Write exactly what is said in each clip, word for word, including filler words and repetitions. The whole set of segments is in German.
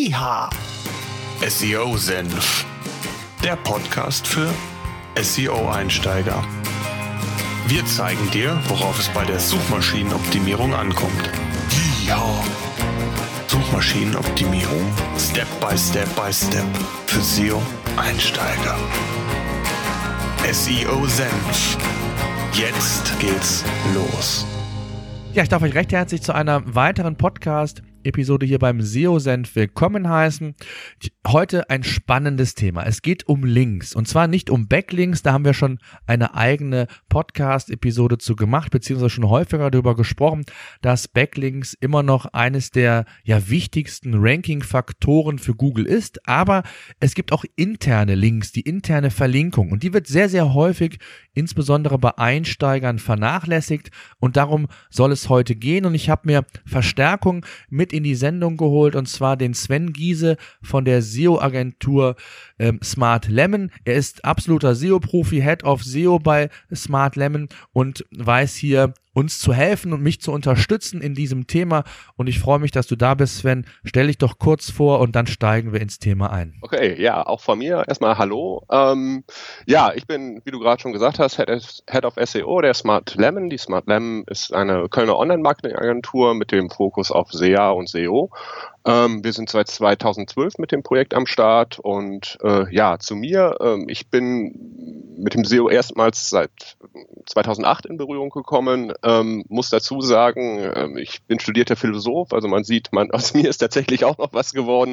Yeehaw! S E O-Senf, der Podcast für S E O-Einsteiger. Wir zeigen dir, worauf es bei der Suchmaschinenoptimierung ankommt. Yeehaw! Suchmaschinenoptimierung, Step by Step by Step, für S E O-Einsteiger. S E O-Senf. Jetzt geht's los. Ja, ich darf euch recht herzlich zu einer weiteren Podcast-Episode hier beim S E O-Senf willkommen heißen. Heute ein spannendes Thema. Es geht um Links und zwar nicht um Backlinks, da haben wir schon eine eigene Podcast-Episode zu gemacht, beziehungsweise schon häufiger darüber gesprochen, dass Backlinks immer noch eines der ja, wichtigsten Ranking-Faktoren für Google ist, aber es gibt auch interne Links, die interne Verlinkung und die wird sehr, sehr häufig insbesondere bei Einsteigern vernachlässigt und darum soll es heute gehen und ich habe mir Verstärkung mit in die Sendung geholt und zwar den Sven Giese von der S E O-Agentur ähm, Smart Lemon. Er ist absoluter S E O-Profi, Head of S E O bei Smart Lemon und weiß hier uns zu helfen und mich zu unterstützen in diesem Thema und ich freue mich, dass du da bist, Sven. Stell dich doch kurz vor und dann steigen wir ins Thema ein. Okay, ja, auch von mir erstmal hallo. Ähm, ja, ich bin, wie du gerade schon gesagt hast, Head, Head of S E O der Smart Lemon. Die Smart Lemon ist eine Kölner Online-Marketing-Agentur mit dem Fokus auf S E A und S E O. Ähm, wir sind seit zweitausendzwölf mit dem Projekt am Start und äh, ja, zu mir, ähm, ich bin mit dem S E O erstmals seit zweitausendacht in Berührung gekommen, ähm, muss dazu sagen, äh, ich bin studierter Philosoph, also man sieht, man, aus mir ist tatsächlich auch noch was geworden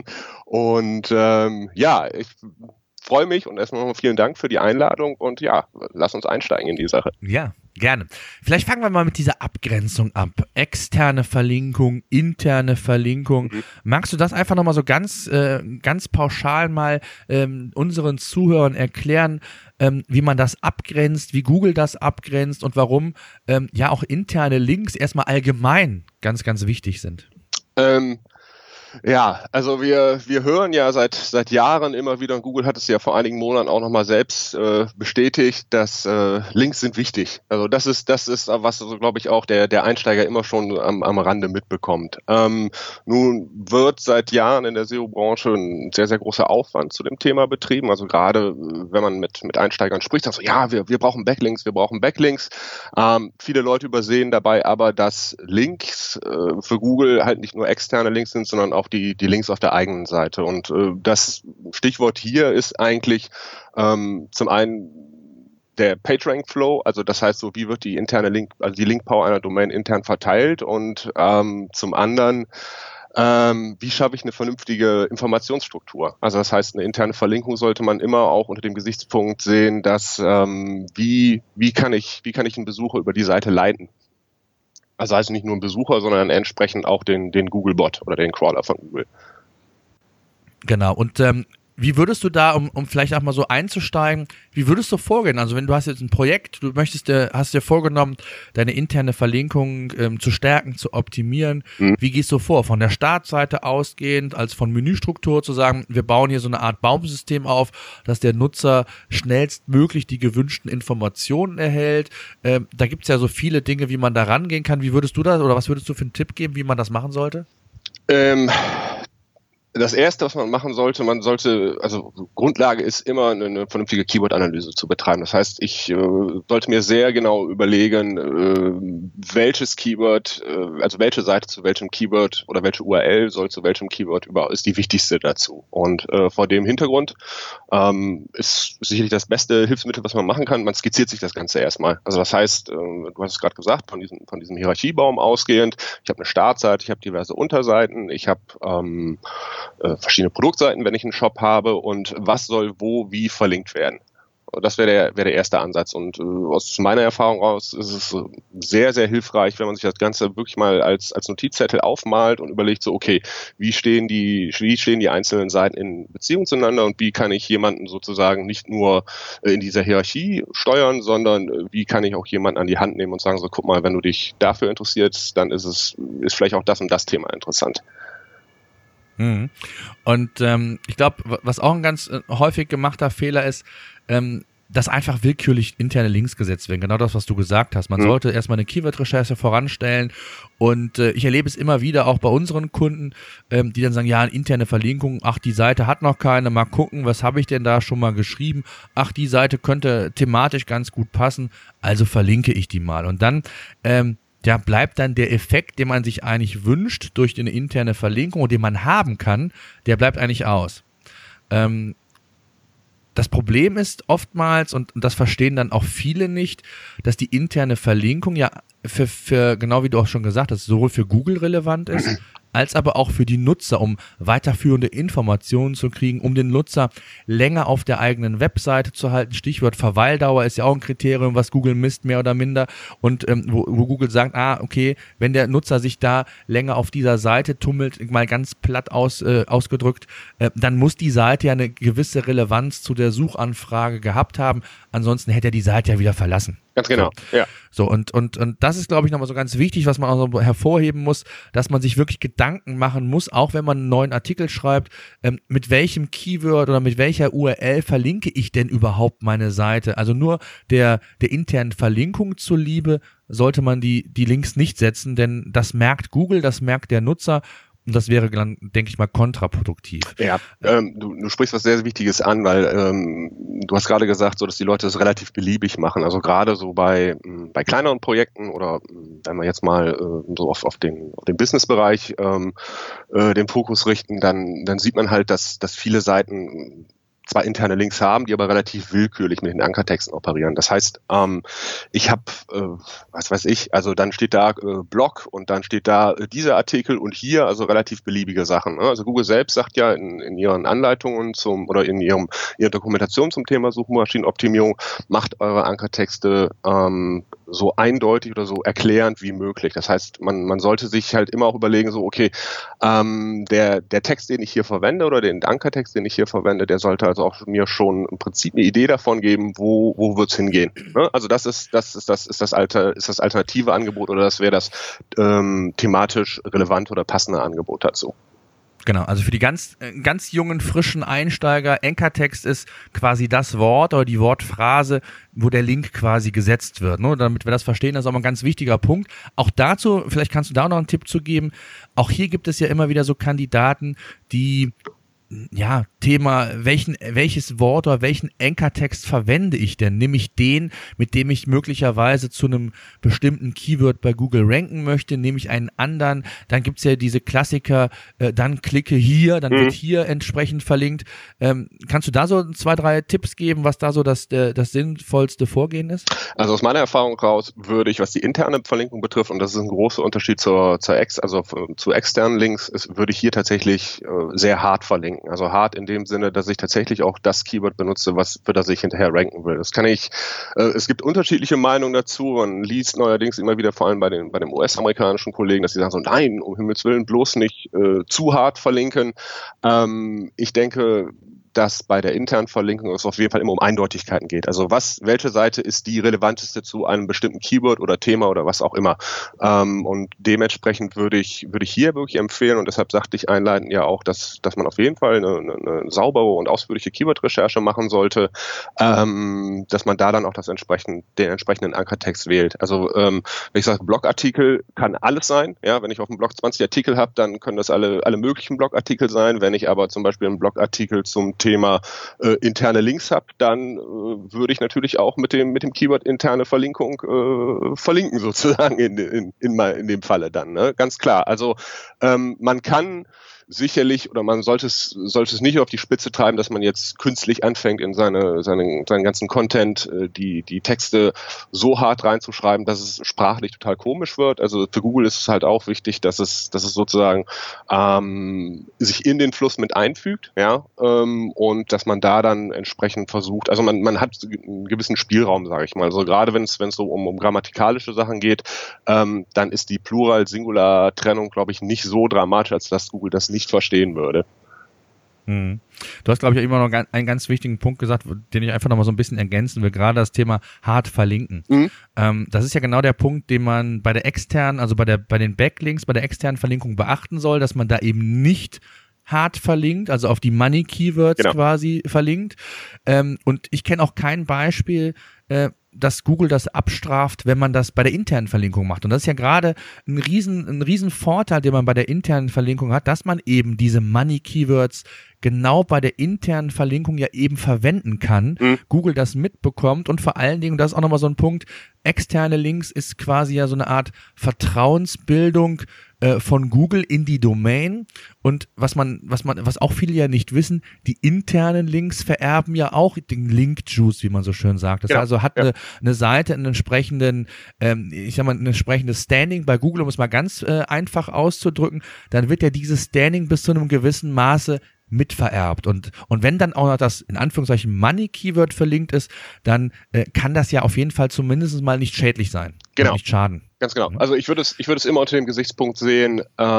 und ähm, ja, ich freue mich und erstmal nochmal vielen Dank für die Einladung und ja, lass uns einsteigen in die Sache. Ja, gerne. Vielleicht fangen wir mal mit dieser Abgrenzung ab. Externe Verlinkung, interne Verlinkung. Mhm. Magst du das einfach nochmal so ganz, äh, ganz pauschal mal ähm, unseren Zuhörern erklären, ähm, wie man das abgrenzt, wie Google das abgrenzt und warum ähm, ja auch interne Links erstmal allgemein ganz, ganz wichtig sind? Ähm, Ja, also wir wir hören ja seit seit Jahren immer wieder, und Google hat es ja vor einigen Monaten auch nochmal selbst äh, bestätigt, dass äh, Links sind wichtig. Also das ist das ist was, also, glaube ich, auch der der Einsteiger immer schon am, am Rande mitbekommt. Ähm, nun wird seit Jahren in der S E O-Branche ein sehr, sehr großer Aufwand zu dem Thema betrieben. Also gerade wenn man mit mit Einsteigern spricht, also ja, wir wir brauchen Backlinks, wir brauchen Backlinks. Ähm, viele Leute übersehen dabei aber, dass Links äh, für Google halt nicht nur externe Links sind, sondern auch die die Links auf der eigenen Seite. Und äh, das Stichwort hier ist eigentlich ähm, zum einen der PageRank-Flow, also das heißt so, wie wird die interne Link, also die Link-Power einer Domain intern verteilt und ähm, zum anderen Ähm, wie schaffe ich eine vernünftige Informationsstruktur? Also das heißt, eine interne Verlinkung sollte man immer auch unter dem Gesichtspunkt sehen, dass ähm, wie wie kann ich wie kann ich einen Besucher über die Seite leiten? Also heißt nicht nur einen Besucher, sondern entsprechend auch den den Google-Bot oder den Crawler von Google. Genau. Und ähm, wie würdest du da, um, um vielleicht auch mal so einzusteigen, wie würdest du vorgehen? Also wenn du hast jetzt ein Projekt, du möchtest dir, hast dir vorgenommen, deine interne Verlinkung ähm, zu stärken, zu optimieren. Mhm. Wie gehst du vor? Von der Startseite ausgehend, als von Menüstruktur zu sagen, wir bauen hier so eine Art Baumsystem auf, dass der Nutzer schnellstmöglich die gewünschten Informationen erhält. Ähm, da gibt's ja so viele Dinge, wie man da rangehen kann. Wie würdest du das, oder was würdest du für einen Tipp geben, wie man das machen sollte? Ähm Das Erste, was man machen sollte, man sollte, also Grundlage ist immer eine, eine vernünftige Keyword-Analyse zu betreiben. Das heißt, ich äh, sollte mir sehr genau überlegen, äh, welches Keyword, äh, also welche Seite zu welchem Keyword oder welche U R L soll zu welchem Keyword über ist die wichtigste dazu. Und äh, vor dem Hintergrund ähm, ist sicherlich das beste Hilfsmittel, was man machen kann. Man skizziert sich das Ganze erstmal. Also das heißt, äh, du hast es gerade gesagt, von diesem, von diesem Hierarchiebaum ausgehend, ich habe eine Startseite, ich habe diverse Unterseiten, ich habe ähm, Äh, verschiedene Produktseiten, wenn ich einen Shop habe und was soll wo wie verlinkt werden. Das wäre der, wäre der erste Ansatz und äh, aus meiner Erfahrung raus ist es sehr, sehr hilfreich, wenn man sich das Ganze wirklich mal als, als Notizzettel aufmalt und überlegt so, okay, wie stehen die, wie stehen die einzelnen Seiten in Beziehung zueinander und wie kann ich jemanden sozusagen nicht nur äh, in dieser Hierarchie steuern, sondern äh, wie kann ich auch jemanden an die Hand nehmen und sagen so, guck mal, wenn du dich dafür interessierst, dann ist es, ist vielleicht auch das und das Thema interessant. Mhm. Und ähm, ich glaube, was auch ein ganz äh, häufig gemachter Fehler ist, ähm, dass einfach willkürlich interne Links gesetzt werden. Genau das, was du gesagt hast. Man mhm. sollte erstmal eine Keyword-Recherche voranstellen und äh, ich erlebe es immer wieder auch bei unseren Kunden, ähm, die dann sagen, ja, eine interne Verlinkung, ach, die Seite hat noch keine, mal gucken, was habe ich denn da schon mal geschrieben? Ach, die Seite könnte thematisch ganz gut passen, also verlinke ich die mal. Und dann ähm, ja, bleibt dann der Effekt, den man sich eigentlich wünscht durch eine interne Verlinkung und den man haben kann, der bleibt eigentlich aus. Ähm, Das Problem ist oftmals, und das verstehen dann auch viele nicht, dass die interne Verlinkung ja für, für genau wie du auch schon gesagt hast, sowohl für Google relevant ist, als aber auch für die Nutzer, um weiterführende Informationen zu kriegen, um den Nutzer länger auf der eigenen Webseite zu halten. Stichwort Verweildauer ist ja auch ein Kriterium, was Google misst, mehr oder minder. Und ähm, wo, wo Google sagt, ah, okay, wenn der Nutzer sich da länger auf dieser Seite tummelt, mal ganz platt aus, äh, ausgedrückt, äh, dann muss die Seite ja eine gewisse Relevanz zu der Suchanfrage gehabt haben. Ansonsten hätte er die Seite ja wieder verlassen. Ganz genau, so. ja. So, und, und, und das ist, glaube ich, nochmal so ganz wichtig, was man auch so hervorheben muss, dass man sich wirklich Gedanken machen muss, auch wenn man einen neuen Artikel schreibt, ähm, mit welchem Keyword oder mit welcher U R L verlinke ich denn überhaupt meine Seite? Also nur der, der internen Verlinkung zuliebe sollte man die, die Links nicht setzen, denn das merkt Google, das merkt der Nutzer. Und das wäre dann, denke ich mal, kontraproduktiv. Ja, ähm, du, du sprichst was sehr, sehr Wichtiges an, weil ähm, du hast gerade gesagt, so dass die Leute das relativ beliebig machen. Also gerade so bei bei kleineren Projekten oder wenn wir jetzt mal äh, so auf, auf den auf den Businessbereich ähm, äh, den Fokus richten, dann dann sieht man halt, dass dass viele Seiten zwar interne Links haben, die aber relativ willkürlich mit den Ankertexten operieren. Das heißt, ähm, ich habe, äh, was weiß ich, also dann steht da äh, Blog und dann steht da äh, dieser Artikel und hier, also relativ beliebige Sachen. Ne? Also Google selbst sagt ja in, in ihren Anleitungen zum oder in ihrem ihrer Dokumentation zum Thema Suchmaschinenoptimierung, macht eure Ankertexte ähm, so eindeutig oder so erklärend wie möglich. Das heißt, man man sollte sich halt immer auch überlegen, so okay, ähm, der der Text, den ich hier verwende oder den Ankertext, den ich hier verwende, der sollte also auch mir schon im Prinzip eine Idee davon geben, wo wo wird's hingehen. Ne? Also das ist das ist das ist das alte ist das alternative Angebot oder das wäre das ähm, thematisch relevante oder passende Angebot dazu. Genau, also für die ganz ganz jungen, frischen Einsteiger, Ankertext ist quasi das Wort oder die Wortphrase, wo der Link quasi gesetzt wird. Ne? Damit wir das verstehen, das ist auch mal ein ganz wichtiger Punkt. Auch dazu, vielleicht kannst du da auch noch einen Tipp zu geben, auch hier gibt es ja immer wieder so Kandidaten, die ja, Thema, welchen, welches Wort oder welchen Ankertext verwende ich denn? Nehme ich den, mit dem ich möglicherweise zu einem bestimmten Keyword bei Google ranken möchte? Nehme ich einen anderen? Dann gibt's ja diese Klassiker, äh, dann klicke hier, dann mhm. wird hier entsprechend verlinkt. Ähm, kannst du da so zwei, drei Tipps geben, was da so das, äh, das sinnvollste Vorgehen ist? Also aus meiner Erfahrung raus würde ich, was die interne Verlinkung betrifft, und das ist ein großer Unterschied zur, zur Ex, also zu externen Links, ist, würde ich hier tatsächlich äh, sehr hart verlinken. Also hart in dem Sinne, dass ich tatsächlich auch das Keyword benutze, was für das ich hinterher ranken will. Das kann ich, äh, es gibt unterschiedliche Meinungen dazu. Man liest neuerdings immer wieder, vor allem bei den, bei den U S-amerikanischen Kollegen, dass sie sagen so, nein, um Himmels Willen bloß nicht äh, zu hart verlinken. Ähm, ich denke, dass bei der internen Verlinkung es auf jeden Fall immer um Eindeutigkeiten geht. Also was, welche Seite ist die relevanteste zu einem bestimmten Keyword oder Thema oder was auch immer. Ähm, und dementsprechend würde ich, würde ich hier wirklich empfehlen, und deshalb sagte ich einleitend ja auch, dass, dass man auf jeden Fall eine, eine, eine saubere und ausführliche Keyword-Recherche machen sollte, ähm, dass man da dann auch das entsprechend, den entsprechenden Ankertext wählt. Also ähm, wenn ich sage, Blogartikel kann alles sein. Ja, wenn ich auf dem Blog zwanzig Artikel habe, dann können das alle, alle möglichen Blogartikel sein. Wenn ich aber zum Beispiel einen Blogartikel zum Thema äh, interne Links habe, dann äh, würde ich natürlich auch mit dem mit dem Keyword interne Verlinkung äh, verlinken sozusagen in in in, mal in dem Falle dann, ne? Ganz klar. Also ähm, man kann sicherlich oder man sollte es sollte es nicht auf die Spitze treiben, dass man jetzt künstlich anfängt in seine seinen seinen ganzen Content äh, die die Texte so hart reinzuschreiben, dass es sprachlich total komisch wird. Also für Google ist es halt auch wichtig, dass es dass es sozusagen ähm, sich in den Fluss mit einfügt, ja, ähm, und dass man da dann entsprechend versucht. Also man man hat einen gewissen Spielraum, sage ich mal. Also gerade wenn es wenn es so um, um grammatikalische Sachen geht, ähm, dann ist die Plural-Singular-Trennung, glaube ich, nicht so dramatisch, als dass Google das nicht verstehen würde. Hm. Du hast, glaube ich, immer noch einen ganz wichtigen Punkt gesagt, den ich einfach noch mal so ein bisschen ergänzen will, gerade das Thema hart verlinken. Mhm. Ähm, das ist ja genau der Punkt, den man bei der externen, also bei der bei den Backlinks, bei der externen Verlinkung beachten soll, dass man da eben nicht hart verlinkt, also auf die Money-Keywords genau. quasi verlinkt. Ähm, und ich kenne auch kein Beispiel, äh, dass Google das abstraft, wenn man das bei der internen Verlinkung macht. Und das ist ja gerade ein riesen, ein riesen Vorteil, den man bei der internen Verlinkung hat, dass man eben diese Money-Keywords genau bei der internen Verlinkung ja eben verwenden kann. Mhm. Google das mitbekommt und vor allen Dingen, das ist auch nochmal so ein Punkt, externe Links ist quasi ja so eine Art Vertrauensbildung äh, von Google in die Domain. Und was man, was man, was auch viele ja nicht wissen, die internen Links vererben ja auch den Link-Juice, wie man so schön sagt. Das genau. also hat ja. eine, eine Seite einen entsprechenden, ähm, ich sag mal, ein entsprechendes Standing bei Google, um es mal ganz äh, einfach auszudrücken, dann wird ja dieses Standing bis zu einem gewissen Maße mitvererbt. Und, und wenn dann auch noch das in Anführungszeichen Money-Keyword verlinkt ist, dann äh, kann das ja auf jeden Fall zumindest mal nicht schädlich sein. Genau. Nicht schaden. Ganz genau. Also ich würde es, ich würde es immer unter dem Gesichtspunkt sehen,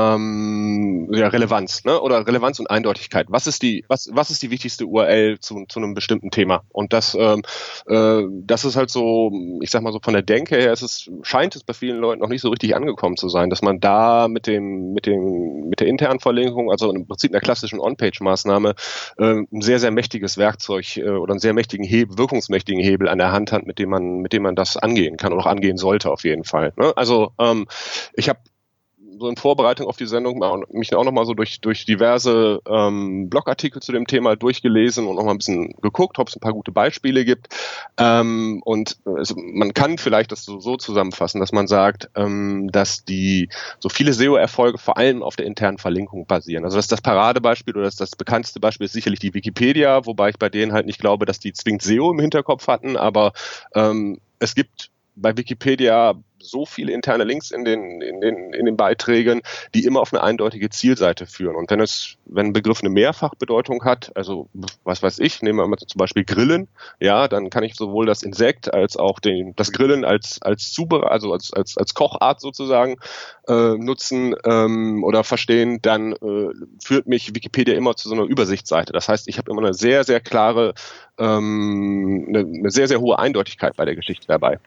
ähm, ja, Relevanz, ne? Oder Relevanz und Eindeutigkeit. Was ist die, was, was ist die wichtigste U R L zu, zu einem bestimmten Thema? Und das, ähm, äh, das ist halt so, ich sag mal so von der Denke her, ist es, scheint es bei vielen Leuten noch nicht so richtig angekommen zu sein, dass man da mit dem, mit dem, mit der internen Verlinkung, also im Prinzip einer klassischen On-Page-Maßnahme, äh, ein sehr, sehr mächtiges Werkzeug äh, oder einen sehr mächtigen Hebel, wirkungsmächtigen Hebel an der Hand hat, mit dem man, mit dem man das angehen kann oder auch angehen sollte auf jeden Fall. Ne? Also ähm, ich habe so in Vorbereitung auf die Sendung mich auch nochmal so durch durch diverse ähm, Blogartikel zu dem Thema durchgelesen und nochmal ein bisschen geguckt, ob es ein paar gute Beispiele gibt. Ähm, und also man kann vielleicht das so, so zusammenfassen, dass man sagt, ähm, dass die so viele S E O-Erfolge vor allem auf der internen Verlinkung basieren. Also das ist das Paradebeispiel oder das, das bekannteste Beispiel ist sicherlich die Wikipedia, wobei ich bei denen halt nicht glaube, dass die zwingend S E O im Hinterkopf hatten, aber ähm, es gibt bei Wikipedia so viele interne Links in den, in den, in den Beiträgen, die immer auf eine eindeutige Zielseite führen. Und wenn es, wenn ein Begriff eine Mehrfachbedeutung hat, also, was weiß ich, nehmen wir mal zum Beispiel Grillen, ja, dann kann ich sowohl das Insekt als auch den, das Grillen als, als Zubereitung, also als, als, als Kochart sozusagen, äh, nutzen, ähm, oder verstehen, dann, äh, führt mich Wikipedia immer zu so einer Übersichtsseite. Das heißt, ich habe immer eine sehr, sehr klare, ähm, eine, eine sehr, sehr hohe Eindeutigkeit bei der Geschichte dabei.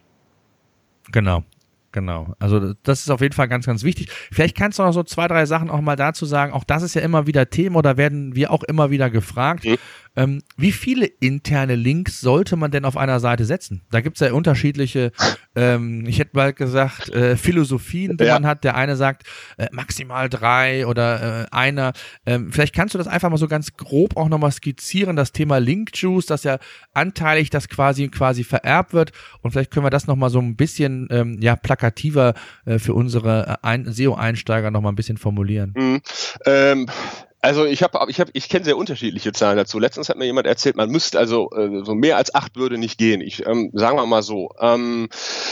Genau. Genau, also das ist auf jeden Fall ganz, ganz wichtig. Vielleicht kannst du noch so zwei, drei Sachen auch mal dazu sagen. Auch das ist ja immer wieder Thema oder werden wir auch immer wieder gefragt. Mhm. Ähm, wie viele interne Links sollte man denn auf einer Seite setzen? Da gibt es ja unterschiedliche, ähm, ich hätte mal gesagt, äh, Philosophien, die ja. man hat. Der eine sagt äh, maximal drei oder äh, einer. Ähm, vielleicht kannst du das einfach mal so ganz grob auch nochmal skizzieren, das Thema Link-Juice, dass ja anteilig das quasi quasi vererbt wird. Und vielleicht können wir das nochmal so ein bisschen ähm, ja plakativer äh, für unsere äh, S E O-Einsteiger nochmal ein bisschen formulieren. Mhm. Ähm. Also ich habe, ich habe, ich kenne sehr unterschiedliche Zahlen dazu. Letztens hat mir jemand erzählt, man müsste also äh, so mehr als acht würde nicht gehen. Ich ähm, sagen wir mal so. Ähm,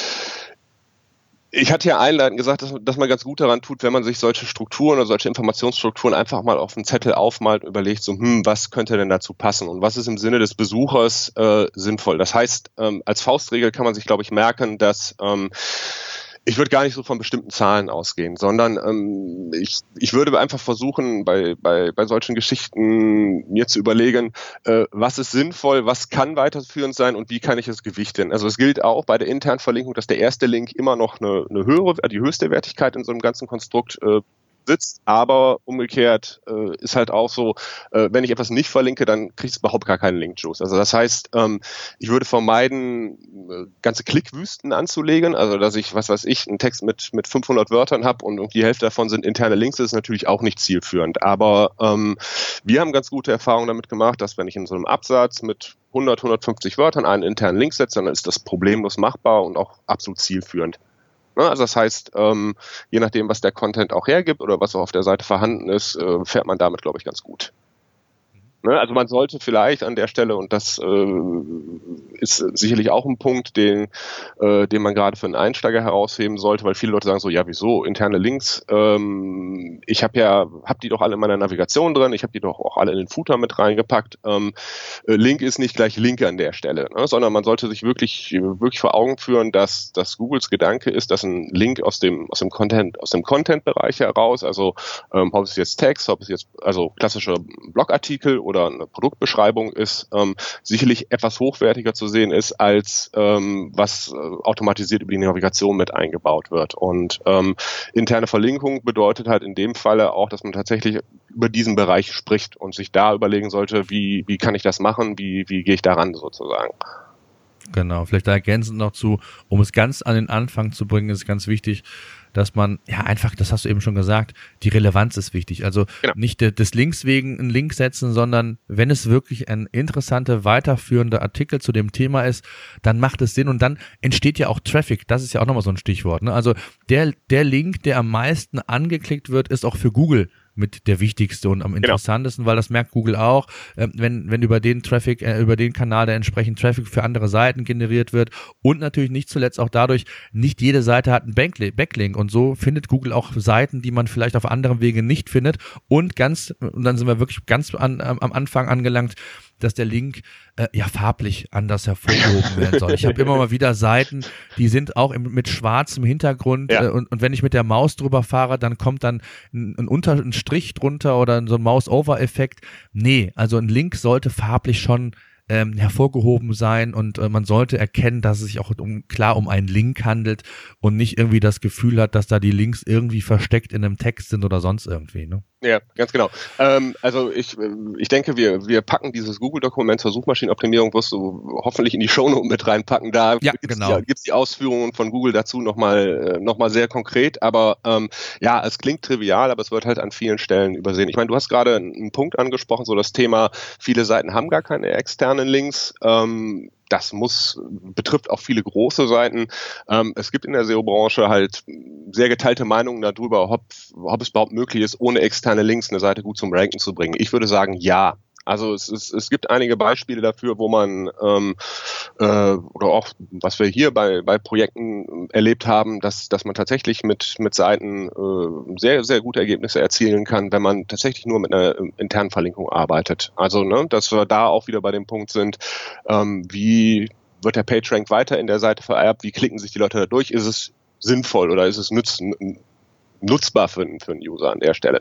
ich hatte ja einleitend gesagt, dass, dass man ganz gut daran tut, wenn man sich solche Strukturen oder solche Informationsstrukturen einfach mal auf einen Zettel aufmalt und überlegt, so, hm, was könnte denn dazu passen und was ist im Sinne des Besuchers äh, sinnvoll. Das heißt, ähm, als Faustregel kann man sich, glaube ich, merken, dass ähm, ich würde gar nicht so von bestimmten Zahlen ausgehen, sondern ähm, ich, ich würde einfach versuchen, bei, bei, bei solchen Geschichten mir zu überlegen, äh, was ist sinnvoll, was kann weiterführend sein und wie kann ich es gewichten. Also es gilt auch bei der internen Verlinkung, dass der erste Link immer noch eine, eine höhere, die höchste Wertigkeit in so einem ganzen Konstrukt äh, sitzt, aber umgekehrt äh, ist halt auch so, äh, wenn ich etwas nicht verlinke, dann kriegt es überhaupt gar keinen Link-Juice. Also das heißt, ähm, ich würde vermeiden, äh, ganze Klickwüsten anzulegen, also dass ich, was weiß ich, einen Text mit mit fünfhundert Wörtern habe und die Hälfte davon sind interne Links, das ist natürlich auch nicht zielführend. Aber ähm, wir haben ganz gute Erfahrungen damit gemacht, dass wenn ich in so einem Absatz mit hundert, hundertfünfzig Wörtern einen internen Link setze, dann ist das problemlos machbar und auch absolut zielführend. Also das heißt, ähm, je nachdem, was der Content auch hergibt oder was auch auf der Seite vorhanden ist, äh, fährt man damit, glaube ich, ganz gut. Ne? Also man sollte vielleicht an der Stelle, und das äh, ist sicherlich auch ein Punkt, den, äh, den man gerade für einen Einsteiger herausheben sollte, weil viele Leute sagen so, ja wieso, interne Links, ähm, ich habe ja, hab die doch alle in meiner Navigation drin, ich habe die doch auch alle in den Footer mit reingepackt. Ähm, Link ist nicht gleich Link an der Stelle, ne? Sondern man sollte sich wirklich wirklich vor Augen führen, dass, dass Googles Gedanke ist, dass ein Link aus dem aus dem Content aus dem Content-Bereich heraus, also ähm, ob es jetzt Text, ob es jetzt also klassische Blogartikel oder eine Produktbeschreibung ist, ähm, sicherlich etwas hochwertiger zu sehen ist, als ähm, was äh, automatisiert über die Navigation mit eingebaut wird. Und ähm, interne Verlinkung bedeutet halt in dem Falle auch, dass man tatsächlich über diesen Bereich spricht und sich da überlegen sollte, wie, wie kann ich das machen, wie, wie gehe ich daran sozusagen. Genau, vielleicht da ergänzend noch zu, um es ganz an den Anfang zu bringen, ist ganz wichtig, dass man, ja einfach, das hast du eben schon gesagt, die Relevanz ist wichtig. Also genau. Nicht de, des Links wegen einen Link setzen, sondern wenn es wirklich ein interessanter, weiterführender Artikel zu dem Thema ist, dann macht es Sinn und dann entsteht ja auch Traffic. Das ist ja auch nochmal so ein Stichwort. Ne? Also der, der Link, der am meisten angeklickt wird, ist auch für Google mit der wichtigste und am interessantesten, genau. Weil das merkt Google auch, äh, wenn wenn über den Traffic, äh, über den Kanal der entsprechend Traffic für andere Seiten generiert wird und natürlich nicht zuletzt auch dadurch, nicht jede Seite hat einen Backlink und so findet Google auch Seiten, die man vielleicht auf anderem Wege nicht findet und ganz, und dann sind wir wirklich ganz an, am Anfang angelangt, dass der Link äh, ja farblich anders hervorgehoben werden soll. Ich habe immer mal wieder Seiten, die sind auch im, mit schwarzem Hintergrund ja. äh, und, und wenn ich mit der Maus drüber fahre, dann kommt dann ein, ein, Unter, ein Strich drunter oder so ein Mouse-Over-Effekt. Nee, also ein Link sollte farblich schon ähm, hervorgehoben sein und äh, man sollte erkennen, dass es sich auch um, klar um einen Link handelt und nicht irgendwie das Gefühl hat, dass da die Links irgendwie versteckt in einem Text sind oder sonst irgendwie, ne? Ja, ganz genau. Ähm, also ich, ich denke, wir, wir packen dieses Google-Dokument zur Suchmaschinenoptimierung, wirst du hoffentlich in die Shownote mit reinpacken. Da ja, gibt's genau. die, gibt's die Ausführungen von Google dazu nochmal noch mal sehr konkret. Aber ähm, ja, es klingt trivial, aber es wird halt an vielen Stellen übersehen. Ich meine, du hast gerade einen Punkt angesprochen, so das Thema, viele Seiten haben gar keine externen Links. Ähm, Das muss, betrifft auch viele große Seiten. Ähm, es gibt in der S E O-Branche halt sehr geteilte Meinungen darüber, ob, ob es überhaupt möglich ist, ohne externe Links eine Seite gut zum Ranken zu bringen. Ich würde sagen, ja. Also es, es, es gibt einige Beispiele dafür, wo man ähm, äh, oder auch, was wir hier bei, bei Projekten erlebt haben, dass, dass man tatsächlich mit, mit Seiten äh, sehr, sehr gute Ergebnisse erzielen kann, wenn man tatsächlich nur mit einer internen Verlinkung arbeitet. Also, ne, dass wir da auch wieder bei dem Punkt sind, ähm, wie wird der PageRank weiter in der Seite vererbt, wie klicken sich die Leute da durch, ist es sinnvoll oder ist es nutz, nutzbar für, für einen User an der Stelle?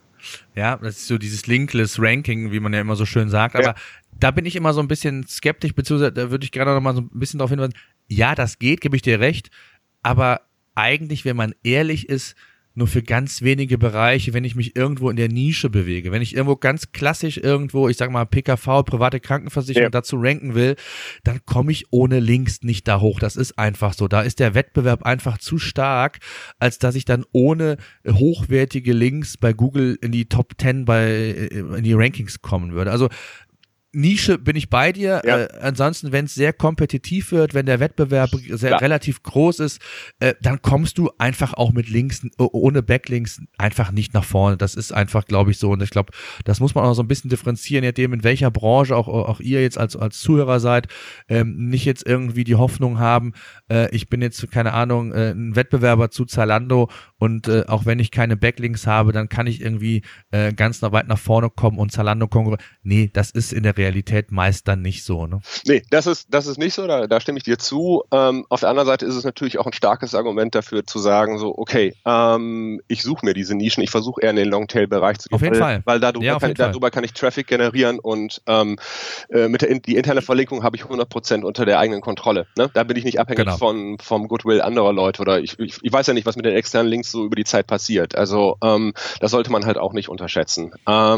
Ja, das ist so dieses linkless Ranking, wie man ja immer so schön sagt, aber ja. Da bin ich immer so ein bisschen skeptisch, beziehungsweise da würde ich gerade noch mal so ein bisschen darauf hinweisen, ja, das geht, gebe ich dir recht, aber eigentlich, wenn man ehrlich ist, nur für ganz wenige Bereiche, wenn ich mich irgendwo in der Nische bewege, wenn ich irgendwo ganz klassisch irgendwo, ich sag mal P K V, private Krankenversicherung, ja. dazu ranken will, dann komme ich ohne Links nicht da hoch. Das ist einfach so. Da ist der Wettbewerb einfach zu stark, als dass ich dann ohne hochwertige Links bei Google in die Top zehn bei, in die Rankings kommen würde. Also Nische bin ich bei dir. Ja. Äh, ansonsten, wenn es sehr kompetitiv wird, wenn der Wettbewerb sehr ja. relativ groß ist, äh, dann kommst du einfach auch mit Links, ohne Backlinks einfach nicht nach vorne. Das ist einfach, glaube ich, so. Und ich glaube, das muss man auch so ein bisschen differenzieren, je nachdem, in welcher Branche auch, auch ihr jetzt als, als Zuhörer seid, ähm, nicht jetzt irgendwie die Hoffnung haben, äh, ich bin jetzt, keine Ahnung, äh, ein Wettbewerber zu Zalando und äh, auch wenn ich keine Backlinks habe, dann kann ich irgendwie äh, ganz nach, weit nach vorne kommen und Zalando konkurrieren. Nee, das ist in der Realität meist dann nicht so, ne? Nee, das ist, das ist nicht so, da, da stimme ich dir zu. Ähm, auf der anderen Seite ist es natürlich auch ein starkes Argument dafür zu sagen, so, okay, ähm, ich suche mir diese Nischen, ich versuche eher in den Longtail-Bereich zu gehen. Auf jeden weil, Fall. Weil darüber, ja, kann, darüber kann ich Traffic generieren und ähm, äh, mit der die interne Verlinkung habe ich hundert Prozent unter der eigenen Kontrolle. Ne? Da bin ich nicht abhängig genau. von, vom Goodwill anderer Leute oder ich, ich, ich weiß ja nicht, was mit den externen Links so über die Zeit passiert. Also ähm, das sollte man halt auch nicht unterschätzen.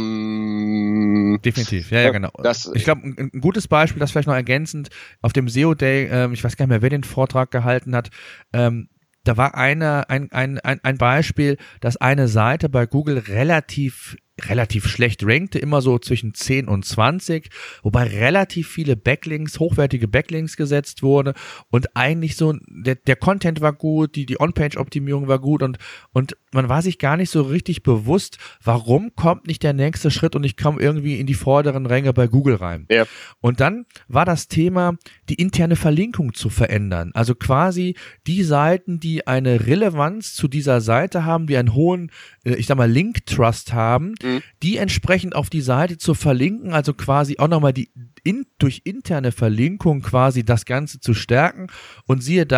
Ähm, Definitiv, ja, ja, genau. Das, ich glaube, ein, ein gutes Beispiel, das vielleicht noch ergänzend, auf dem S E O Day, ähm, ich weiß gar nicht mehr, wer den Vortrag gehalten hat, ähm, da war eine, ein, ein, ein, ein Beispiel, dass eine Seite bei Google relativ relativ schlecht rankte, immer so zwischen zehn und zwanzig, wobei relativ viele Backlinks, hochwertige Backlinks gesetzt wurde und eigentlich so, der, der Content war gut, die, die On-Page-Optimierung war gut und, und man war sich gar nicht so richtig bewusst, warum kommt nicht der nächste Schritt und ich komme irgendwie in die vorderen Ränge bei Google rein. Ja. Und dann war das Thema, die interne Verlinkung zu verändern, also quasi die Seiten, die eine Relevanz zu dieser Seite haben, die einen hohen, ich sag mal, Link-Trust haben, die entsprechend auf die Seite zu verlinken, also quasi auch nochmal die in, durch interne Verlinkung quasi das Ganze zu stärken und siehe da,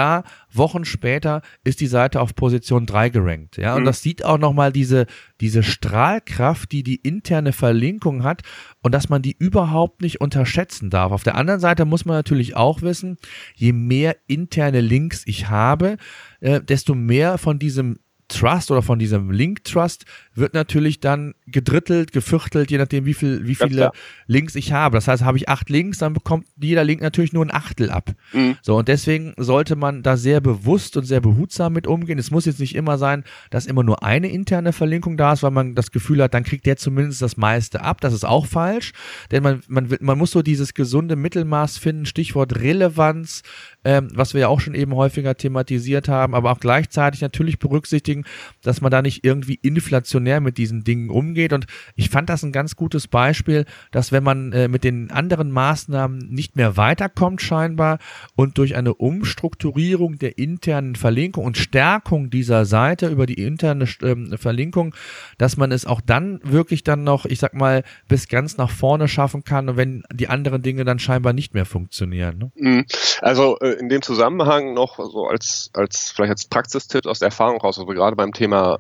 Wochen später ist die Seite auf Position drei gerankt. Ja, und mhm. das sieht auch nochmal diese, diese Strahlkraft, die die interne Verlinkung hat und dass man die überhaupt nicht unterschätzen darf. Auf der anderen Seite muss man natürlich auch wissen, je mehr interne Links ich habe, äh, desto mehr von diesem Trust oder von diesem Link Trust wird natürlich dann gedrittelt, geviertelt, je nachdem wie viel, wie viele Links ich habe. Das heißt, habe ich acht Links, dann bekommt jeder Link natürlich nur ein Achtel ab. Mhm. So, und deswegen sollte man da sehr bewusst und sehr behutsam mit umgehen. Es muss jetzt nicht immer sein, dass immer nur eine interne Verlinkung da ist, weil man das Gefühl hat, dann kriegt der zumindest das meiste ab. Das ist auch falsch, denn man, man, man muss so dieses gesunde Mittelmaß finden, Stichwort Relevanz, ähm, was wir ja auch schon eben häufiger thematisiert haben, aber auch gleichzeitig natürlich berücksichtigen, dass man da nicht irgendwie inflationär mit diesen Dingen umgeht. Und ich fand das ein ganz gutes Beispiel, dass wenn man äh, mit den anderen Maßnahmen nicht mehr weiterkommt scheinbar und durch eine Umstrukturierung der internen Verlinkung und Stärkung dieser Seite über die interne ähm, Verlinkung, dass man es auch dann wirklich dann noch, ich sag mal, bis ganz nach vorne schaffen kann, wenn die anderen Dinge dann scheinbar nicht mehr funktionieren. Ne? Also äh, in dem Zusammenhang noch so als, als vielleicht als Praxistipp aus der Erfahrung raus, also gerade beim Thema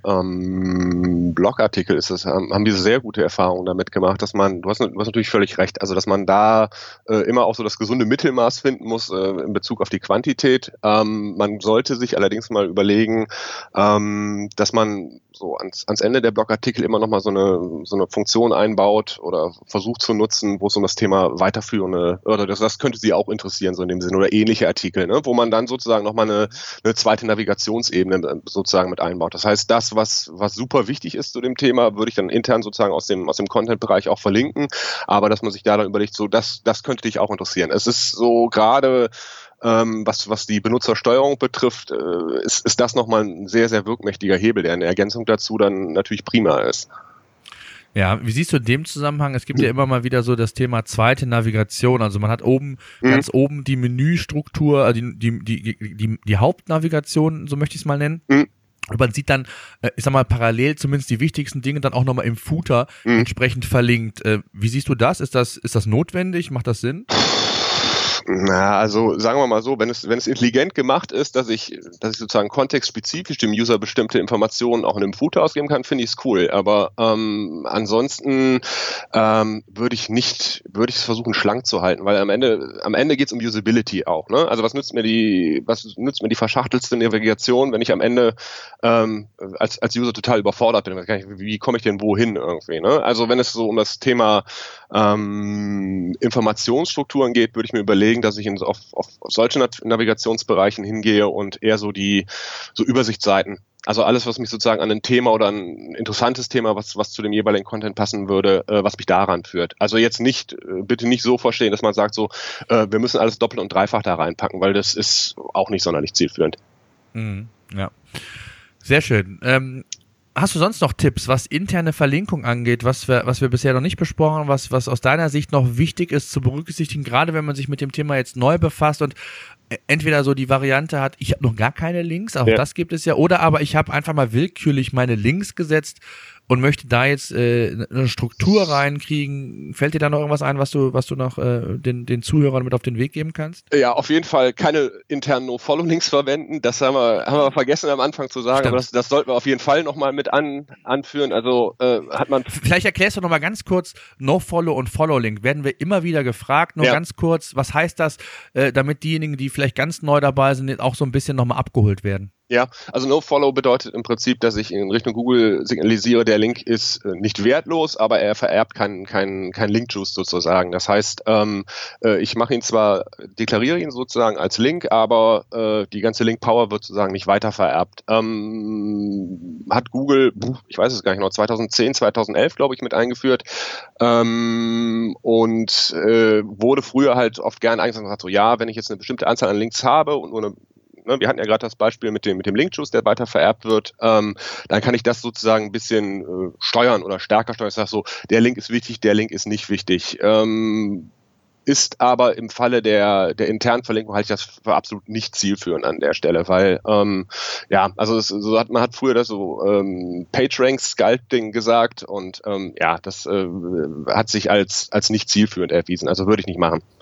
ähm, Blogartikel ist es, haben, haben diese sehr gute Erfahrungen damit gemacht, dass man, du hast, du hast natürlich völlig recht, also dass man da äh, immer auch so das gesunde Mittelmaß finden muss äh, in Bezug auf die Quantität. Ähm, man sollte sich allerdings mal überlegen, ähm, dass man so ans, ans Ende der Blogartikel immer nochmal so eine, so eine Funktion einbaut oder versucht zu nutzen, wo es um das Thema weiterführende, oder das, das könnte Sie auch interessieren, so in dem Sinne, oder ähnliche Artikel, ne, wo man dann sozusagen nochmal eine, eine zweite Navigationsebene sozusagen mit einbaut. Das heißt, das, was, was super wichtig ist zu dem Thema, würde ich dann intern sozusagen aus dem, aus dem Content-Bereich auch verlinken, aber dass man sich da dann überlegt, so, das, das könnte dich auch interessieren. Es ist so gerade, Ähm, was, was die Benutzersteuerung betrifft, äh, ist, ist das nochmal ein sehr, sehr wirkmächtiger Hebel, der in Ergänzung dazu dann natürlich prima ist. Ja, wie siehst du in dem Zusammenhang, es gibt ja immer mal wieder so das Thema zweite Navigation, also man hat oben, mhm. ganz oben die Menüstruktur, also die, die, die, die, die Hauptnavigation, so möchte ich es mal nennen. Mhm. Und man sieht dann, ich sag mal, parallel zumindest die wichtigsten Dinge dann auch nochmal im Footer mhm. entsprechend verlinkt. Wie siehst du das? Ist das, ist das notwendig? Macht das Sinn? Na, also sagen wir mal so, wenn es wenn es intelligent gemacht ist, dass ich dass ich sozusagen kontextspezifisch dem User bestimmte Informationen auch in einem Footer ausgeben kann, finde ich es cool. Aber ähm, ansonsten ähm, würde ich nicht würde ich es versuchen schlank zu halten, weil am Ende am Ende geht es um Usability auch. Ne? Also was nützt mir die was nützt mir die verschachtelste Navigation, wenn ich am Ende ähm, als als User total überfordert bin? Wie, wie komme ich denn wohin irgendwie? Ne? Also wenn es so um das Thema ähm, Informationsstrukturen geht, würde ich mir überlegen, dass ich in, auf, auf solche Navigationsbereichen hingehe und eher so die so Übersichtsseiten, also alles, was mich sozusagen an ein Thema oder ein interessantes Thema, was was zu dem jeweiligen Content passen würde, äh, was mich daran führt. Also jetzt nicht, äh, bitte nicht so verstehen, dass man sagt so, äh, wir müssen alles doppelt und dreifach da reinpacken, weil das ist auch nicht sonderlich zielführend. Mhm, ja, sehr schön. Ähm Hast du sonst noch Tipps, was interne Verlinkung angeht, was wir, was wir bisher noch nicht besprochen haben, was, was aus deiner Sicht noch wichtig ist zu berücksichtigen, gerade wenn man sich mit dem Thema jetzt neu befasst und entweder so die Variante hat, ich habe noch gar keine Links, auch ja. das gibt es ja, oder aber ich habe einfach mal willkürlich meine Links gesetzt und möchte da jetzt äh, eine Struktur reinkriegen. Fällt dir da noch irgendwas ein, was du, was du noch äh, den, den Zuhörern mit auf den Weg geben kannst? Ja, auf jeden Fall keine internen No-Follow-Links verwenden. Das haben wir, haben wir vergessen am Anfang zu sagen, Stimmt. aber das, das sollten wir auf jeden Fall nochmal mit an, anführen. Also äh, hat man. Vielleicht erklärst du nochmal ganz kurz, No-Follow und Follow-Link. Werden wir immer wieder gefragt, nur ja. ganz kurz, was heißt das, äh, damit diejenigen, die vielleicht ganz neu dabei sind, auch so ein bisschen nochmal abgeholt werden? Ja, also No-Follow bedeutet im Prinzip, dass ich in Richtung Google signalisiere, der Link ist äh, nicht wertlos, aber er vererbt keinen keinen keinen Link-Juice sozusagen. Das heißt, ähm, äh, ich mache ihn zwar, deklariere ihn sozusagen als Link, aber äh, die ganze Link-Power wird sozusagen nicht weiter vererbt. Ähm, hat Google, ich weiß es gar nicht noch, zweitausendzehn, zweitausendelf, glaube ich, mit eingeführt ähm, und äh, wurde früher halt oft gern eingesetzt und gesagt, so ja, wenn ich jetzt eine bestimmte Anzahl an Links habe und nur eine wir hatten ja gerade das Beispiel mit dem mit dem Link-Juice, der weiter vererbt wird, ähm, dann kann ich das sozusagen ein bisschen äh, steuern oder stärker steuern. Ich sage so, der Link ist wichtig, der Link ist nicht wichtig. Ähm, ist aber im Falle der der internen Verlinkung halte ich das für absolut nicht zielführend an der Stelle, weil ähm, ja, also es, so hat man hat früher das so ähm, PageRank-Sculpting gesagt und ähm, ja, das äh, hat sich als als nicht zielführend erwiesen. Also würde ich nicht machen.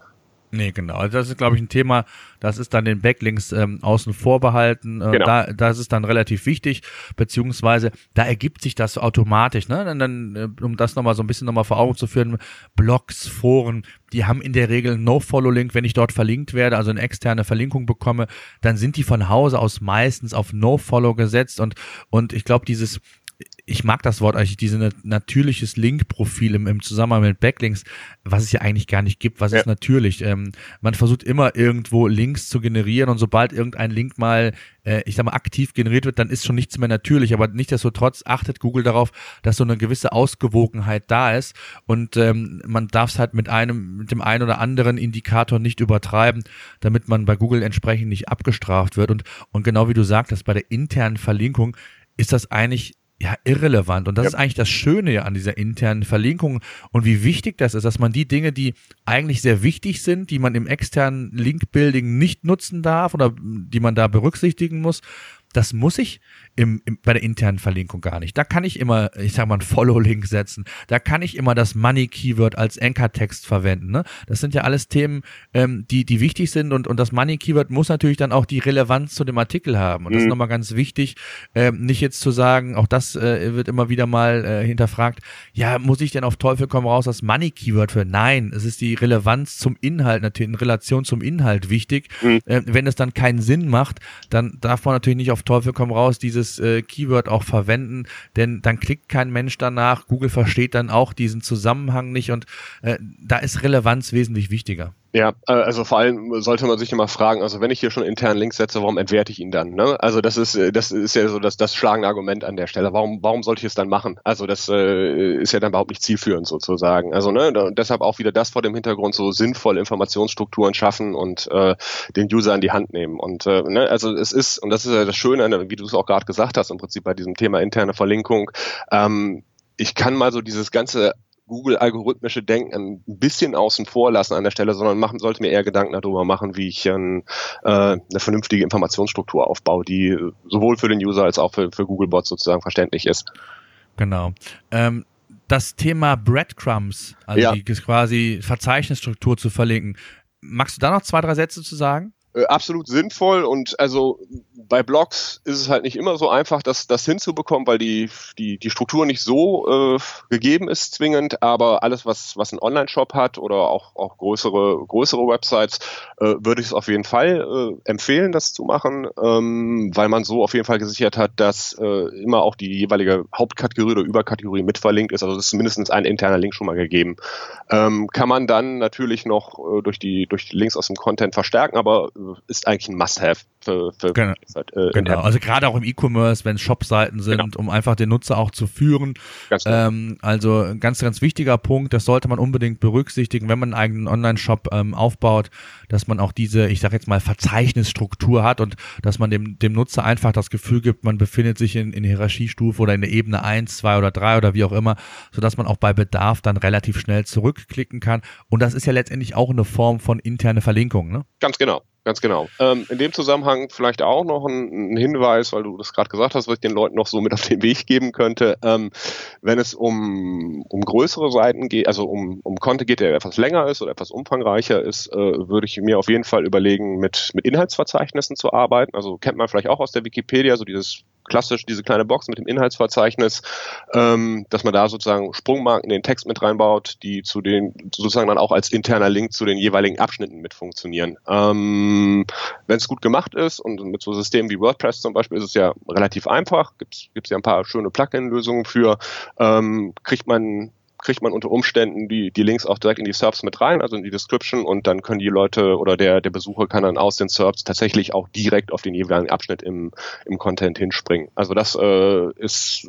Nee, genau. Also das ist, glaube ich, ein Thema, das ist dann den Backlinks ähm, außen vor behalten. Äh, Genau. da, das ist dann relativ wichtig, beziehungsweise da ergibt sich das automatisch. Ne? Dann, dann, äh, um das nochmal so ein bisschen nochmal vor Augen zu führen, Blogs, Foren, die haben in der Regel einen No-Follow-Link. Wenn ich dort verlinkt werde, also eine externe Verlinkung bekomme, dann sind die von Hause aus meistens auf No-Follow gesetzt. Und, und ich glaube, dieses ich mag das Wort eigentlich, dieses natürliches Link-Profil im, im Zusammenhang mit Backlinks, was es ja eigentlich gar nicht gibt, was ja. ist natürlich. Ähm, man versucht immer irgendwo Links zu generieren und sobald irgendein Link mal, äh, ich sag mal, aktiv generiert wird, dann ist schon nichts mehr natürlich, aber nichtsdestotrotz achtet Google darauf, dass so eine gewisse Ausgewogenheit da ist und ähm, man darf es halt mit einem, mit dem einen oder anderen Indikator nicht übertreiben, damit man bei Google entsprechend nicht abgestraft wird und, und genau wie du sagtest, bei der internen Verlinkung ist das eigentlich ja, irrelevant. Und das ja. ist eigentlich das Schöne an dieser internen Verlinkung und wie wichtig das ist, dass man die Dinge, die eigentlich sehr wichtig sind, die man im externen Link-Building nicht nutzen darf oder die man da berücksichtigen muss, das muss ich im, im, bei der internen Verlinkung gar nicht. Da kann ich immer, ich sag mal, einen Follow-Link setzen. Da kann ich immer das Money-Keyword als Anchor-Text verwenden. Ne? Das sind ja alles Themen, ähm, die die wichtig sind und, und das Money-Keyword muss natürlich dann auch die Relevanz zu dem Artikel haben. Und das mhm. ist nochmal ganz wichtig, ähm, nicht jetzt zu sagen, auch das äh, wird immer wieder mal äh, hinterfragt, ja, muss ich denn auf Teufel komm raus das Money-Keyword für? Nein, es ist die Relevanz zum Inhalt, natürlich in Relation zum Inhalt wichtig. Mhm. Äh, wenn es dann keinen Sinn macht, dann darf man natürlich nicht auf Teufel komm raus dieses äh, Keyword auch verwenden, denn dann klickt kein Mensch danach, Google versteht dann auch diesen Zusammenhang nicht und äh, da ist Relevanz wesentlich wichtiger. Ja, also vor allem sollte man sich immer fragen, also wenn ich hier schon internen Links setze, warum entwerte ich ihn dann? Ne? Also das ist das ist ja so das, das schlagende Argument an der Stelle. Warum warum sollte ich es dann machen? Also das äh, ist ja dann überhaupt nicht zielführend sozusagen. Also ne, da, deshalb auch wieder das vor dem Hintergrund so sinnvolle Informationsstrukturen schaffen und äh, den User in die Hand nehmen. Und äh, ne, also es ist, und das ist ja das Schöne, wie du es auch gerade gesagt hast, im Prinzip bei diesem Thema interne Verlinkung, ähm, ich kann mal so dieses ganze Google-algorithmische Denken ein bisschen außen vor lassen an der Stelle, sondern machen, sollte mir eher Gedanken darüber machen, wie ich ein, äh, eine vernünftige Informationsstruktur aufbaue, die sowohl für den User als auch für, für Googlebots sozusagen verständlich ist. Genau. Ähm, das Thema Breadcrumbs, also ja. die quasi Verzeichnisstruktur zu verlinken, magst du da noch zwei, drei Sätze zu sagen? Äh, absolut sinnvoll und also bei Blogs ist es halt nicht immer so einfach, das, das hinzubekommen, weil die, die, die Struktur nicht so äh, gegeben ist zwingend, aber alles, was, was einen Online-Shop hat oder auch, auch größere, größere Websites, äh, würde ich es auf jeden Fall äh, empfehlen, das zu machen, ähm, weil man so auf jeden Fall gesichert hat, dass äh, immer auch die jeweilige Hauptkategorie oder Überkategorie mit verlinkt ist, also es ist mindestens ein interner Link schon mal gegeben. Ähm, kann man dann natürlich noch äh, durch die, durch die Links aus dem Content verstärken, aber ist eigentlich ein Must-Have für, für genau, äh, genau. Also gerade auch im E-Commerce, wenn es Shop-Seiten sind, genau. um einfach den Nutzer auch zu führen. Ganz genau. ähm, also ein ganz, ganz wichtiger Punkt, das sollte man unbedingt berücksichtigen, wenn man einen eigenen Online-Shop ähm, aufbaut, dass man auch diese, ich sage jetzt mal, Verzeichnisstruktur hat und dass man dem, dem Nutzer einfach das Gefühl gibt, man befindet sich in, in Hierarchiestufe oder in der Ebene eins, zwei oder drei oder wie auch immer, sodass man auch bei Bedarf dann relativ schnell zurückklicken kann. Und das ist ja letztendlich auch eine Form von interne Verlinkung, ne? Ganz genau. Ganz genau. Ähm, in dem Zusammenhang vielleicht auch noch ein, ein Hinweis, weil du das gerade gesagt hast, was ich den Leuten noch so mit auf den Weg geben könnte. Ähm, wenn es um, um größere Seiten geht, also um, um Content geht, der etwas länger ist oder etwas umfangreicher ist, äh, würde ich mir auf jeden Fall überlegen, mit, mit Inhaltsverzeichnissen zu arbeiten. Also kennt man vielleicht auch aus der Wikipedia, so dieses klassisch diese kleine Box mit dem Inhaltsverzeichnis, ähm, dass man da sozusagen Sprungmarken in den Text mit reinbaut, die zu den sozusagen dann auch als interner Link zu den jeweiligen Abschnitten mit funktionieren. Ähm, wenn es gut gemacht ist und mit so Systemen wie WordPress zum Beispiel ist es ja relativ einfach, gibt es ja ein paar schöne Plugin-Lösungen für, ähm, kriegt man kriegt man unter Umständen die, die Links auch direkt in die S E R Ps mit rein, also in die Description und dann können die Leute oder der, der Besucher kann dann aus den S E R Ps tatsächlich auch direkt auf den jeweiligen Abschnitt im, im Content hinspringen. Also das äh, ist,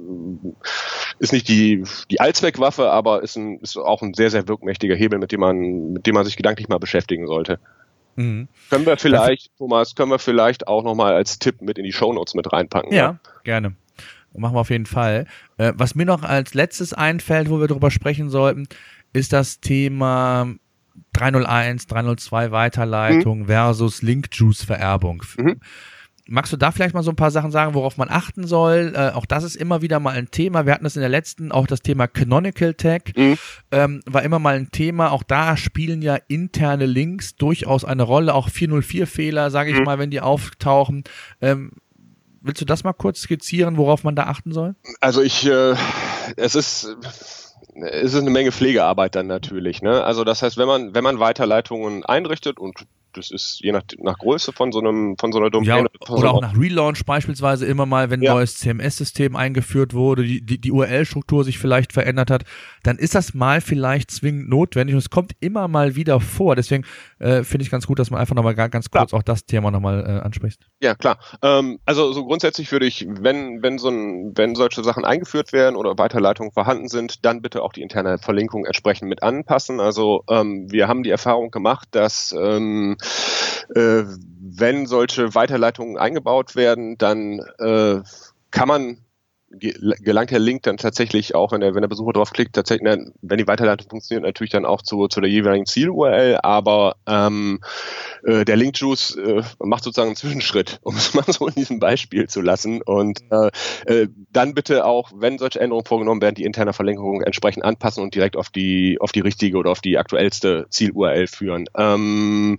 ist nicht die, die Allzweckwaffe, aber ist, ein, ist auch ein sehr, sehr wirkmächtiger Hebel, mit dem man, mit dem man sich gedanklich mal beschäftigen sollte. Mhm. Können wir vielleicht, Thomas, können wir vielleicht auch nochmal als Tipp mit in die Shownotes mit reinpacken? Ja, ja? Gerne. Machen wir auf jeden Fall. Äh, was mir noch als letztes einfällt, wo wir darüber sprechen sollten, ist das Thema dreihunderteins, dreihundertzwei Weiterleitung mhm. versus Link-Juice-Vererbung. Mhm. magst du da vielleicht mal so ein paar Sachen sagen, worauf man achten soll? Äh, auch das ist immer wieder mal ein Thema. Wir hatten das in der letzten, auch das Thema Canonical Tag, mhm. ähm, war immer mal ein Thema. Auch da spielen ja interne Links durchaus eine Rolle. Auch vierhundertvier Fehler, sage ich mhm. mal, wenn die auftauchen. Ähm, willst du das mal kurz skizzieren, worauf man da achten soll? Also ich, äh, es ist... Es ist eine Menge Pflegearbeit dann natürlich, ne? Also das heißt, wenn man wenn man Weiterleitungen einrichtet und das ist je nach, nach Größe von so einem von so einer Domain. Ja, oder auch nach Relaunch beispielsweise immer mal, wenn ein ja. neues C M S-System eingeführt wurde, die, die, die U R L-Struktur sich vielleicht verändert hat, dann ist das mal vielleicht zwingend notwendig und es kommt immer mal wieder vor. Deswegen äh, finde ich ganz gut, dass man einfach nochmal ganz kurz klar. auch das Thema nochmal äh, anspricht. Ja, klar. Ähm, also so grundsätzlich würde ich, wenn wenn so ein, wenn solche Sachen eingeführt werden oder Weiterleitungen vorhanden sind, dann bitte auch die interne Verlinkung entsprechend mit anpassen. Also ähm, wir haben die Erfahrung gemacht, dass ähm, Äh, wenn solche Weiterleitungen eingebaut werden, dann äh, kann man, ge- gelangt der Link dann tatsächlich auch, wenn der, wenn der Besucher draufklickt, tatsächlich, ne, wenn die Weiterleitung funktioniert, natürlich dann auch zu, zu der jeweiligen Ziel-U R L, aber ähm, äh, der Link-Juice äh, macht sozusagen einen Zwischenschritt, um es mal so in diesem Beispiel zu lassen. Und äh, äh, dann bitte auch, wenn solche Änderungen vorgenommen werden, die interne Verlinkung entsprechend anpassen und direkt auf die auf die richtige oder auf die aktuellste Ziel-U R L führen. Ähm,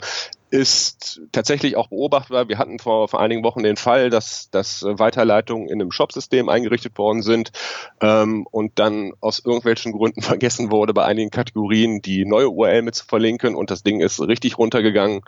ist tatsächlich auch beobachtbar. Wir hatten vor, vor einigen Wochen den Fall, dass, dass Weiterleitungen in einem Shop-System eingerichtet worden sind ähm, und dann aus irgendwelchen Gründen vergessen wurde, bei einigen Kategorien die neue U R L mit zu verlinken und das Ding ist richtig runtergegangen.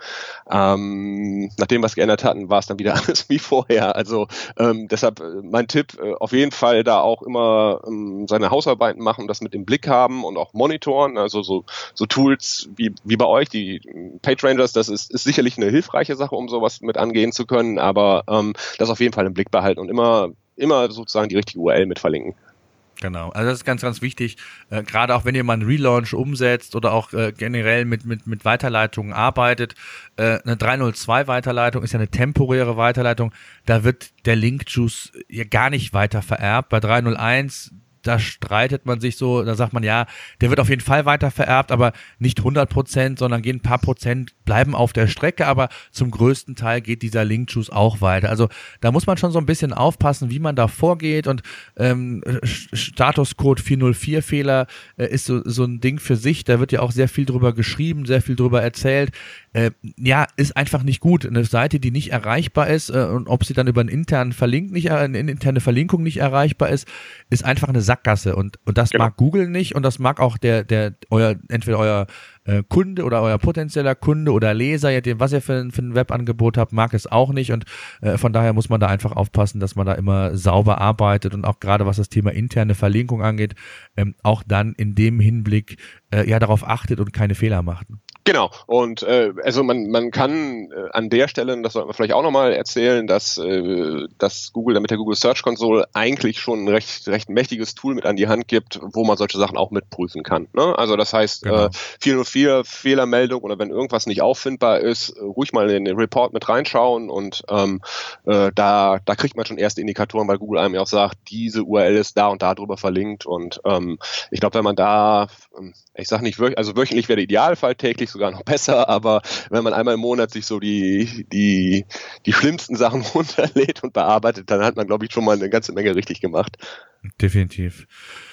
Ähm, nachdem wir es geändert hatten, war es dann wieder alles wie vorher. Also ähm, deshalb mein Tipp, äh, auf jeden Fall da auch immer ähm, seine Hausarbeiten machen und das mit im Blick haben und auch monitoren. Also so, so Tools wie, wie bei euch, die PageRangers, das ist ist sicherlich eine hilfreiche Sache, um sowas mit angehen zu können, aber ähm, das auf jeden Fall im Blick behalten und immer, immer sozusagen die richtige U R L mit verlinken. Genau, also das ist ganz, ganz wichtig, äh, gerade auch wenn ihr mal einen Relaunch umsetzt oder auch äh, generell mit, mit, mit Weiterleitungen arbeitet. Äh, eine drei null zwei Weiterleitung ist ja eine temporäre Weiterleitung, da wird der Link-Juice ja gar nicht weiter vererbt. Bei drei null eins da streitet man sich so, da sagt man, ja, der wird auf jeden Fall weiter vererbt, aber nicht hundert Prozent, sondern gehen ein paar Prozent, bleiben auf der Strecke, aber zum größten Teil geht dieser Link-Juice auch weiter. Also da muss man schon so ein bisschen aufpassen, wie man da vorgeht und ähm, Statuscode vier null vier Fehler äh, ist so, so ein Ding für sich, da wird ja auch sehr viel drüber geschrieben, sehr viel drüber erzählt. Äh, ja, ist einfach nicht gut. Eine Seite, die nicht erreichbar ist äh, und ob sie dann über einen internen Verlink nicht, äh, eine interne Verlinkung nicht erreichbar ist, ist einfach eine Sackgasse und und das genau. mag Google nicht und das mag auch der der euer entweder euer äh, Kunde oder euer potenzieller Kunde oder Leser, je nachdem, was ihr für, für ein Webangebot habt, mag es auch nicht und äh, von daher muss man da einfach aufpassen, dass man da immer sauber arbeitet und auch gerade was das Thema interne Verlinkung angeht, ähm, auch dann in dem Hinblick äh, ja darauf achtet und keine Fehler macht. Genau, und äh, also man man kann äh, an der Stelle, das sollte man vielleicht auch nochmal erzählen, dass dass, äh, dass Google mit der Google Search Console eigentlich schon ein recht, recht mächtiges Tool mit an die Hand gibt, wo man solche Sachen auch mitprüfen kann. Ne? Also das heißt, genau. äh, vier null vier Fehlermeldung oder wenn irgendwas nicht auffindbar ist, ruhig mal in den Report mit reinschauen und ähm, äh, da da kriegt man schon erste Indikatoren, weil Google einem ja auch sagt, diese U R L ist da und da drüber verlinkt und ähm, ich glaube, wenn man da, ich sage nicht wöchentlich, also wöchentlich wäre der Idealfall, täglich sogar noch besser, aber wenn man einmal im Monat sich so die die die schlimmsten Sachen runterlädt und bearbeitet, dann hat man, glaube ich, schon mal eine ganze Menge richtig gemacht. Definitiv.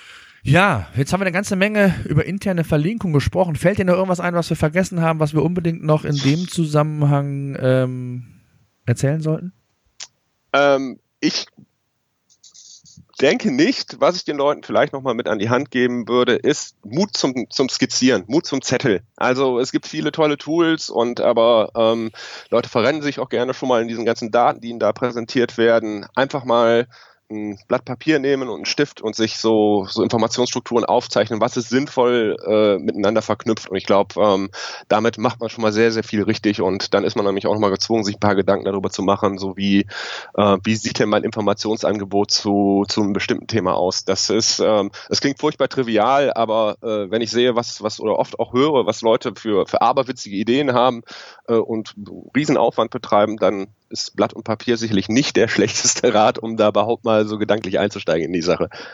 Ja, jetzt haben wir eine ganze Menge über interne Verlinkung gesprochen. Fällt dir noch irgendwas ein, was wir vergessen haben, was wir unbedingt noch in dem Zusammenhang ähm, erzählen sollten? Ähm, ich denke nicht. Was ich den Leuten vielleicht nochmal mit an die Hand geben würde, ist Mut zum, zum Skizzieren, Mut zum Zettel. Also es gibt viele tolle Tools und aber ähm, Leute verrennen sich auch gerne schon mal in diesen ganzen Daten, die ihnen da präsentiert werden. Einfach mal ein Blatt Papier nehmen und einen Stift und sich so, so Informationsstrukturen aufzeichnen, was ist sinnvoll äh, miteinander verknüpft. Und ich glaube, ähm, damit macht man schon mal sehr, sehr viel richtig und dann ist man nämlich auch nochmal gezwungen, sich ein paar Gedanken darüber zu machen, so wie, äh, wie sieht denn mein Informationsangebot zu, zu einem bestimmten Thema aus. Das ist, ähm, das klingt furchtbar trivial, aber äh, wenn ich sehe, was, was oder oft auch höre, was Leute für, für aberwitzige Ideen haben äh, und Riesenaufwand betreiben, dann ist Blatt und Papier sicherlich nicht der schlechteste Rat, um da überhaupt mal so gedanklich einzusteigen in die Sache.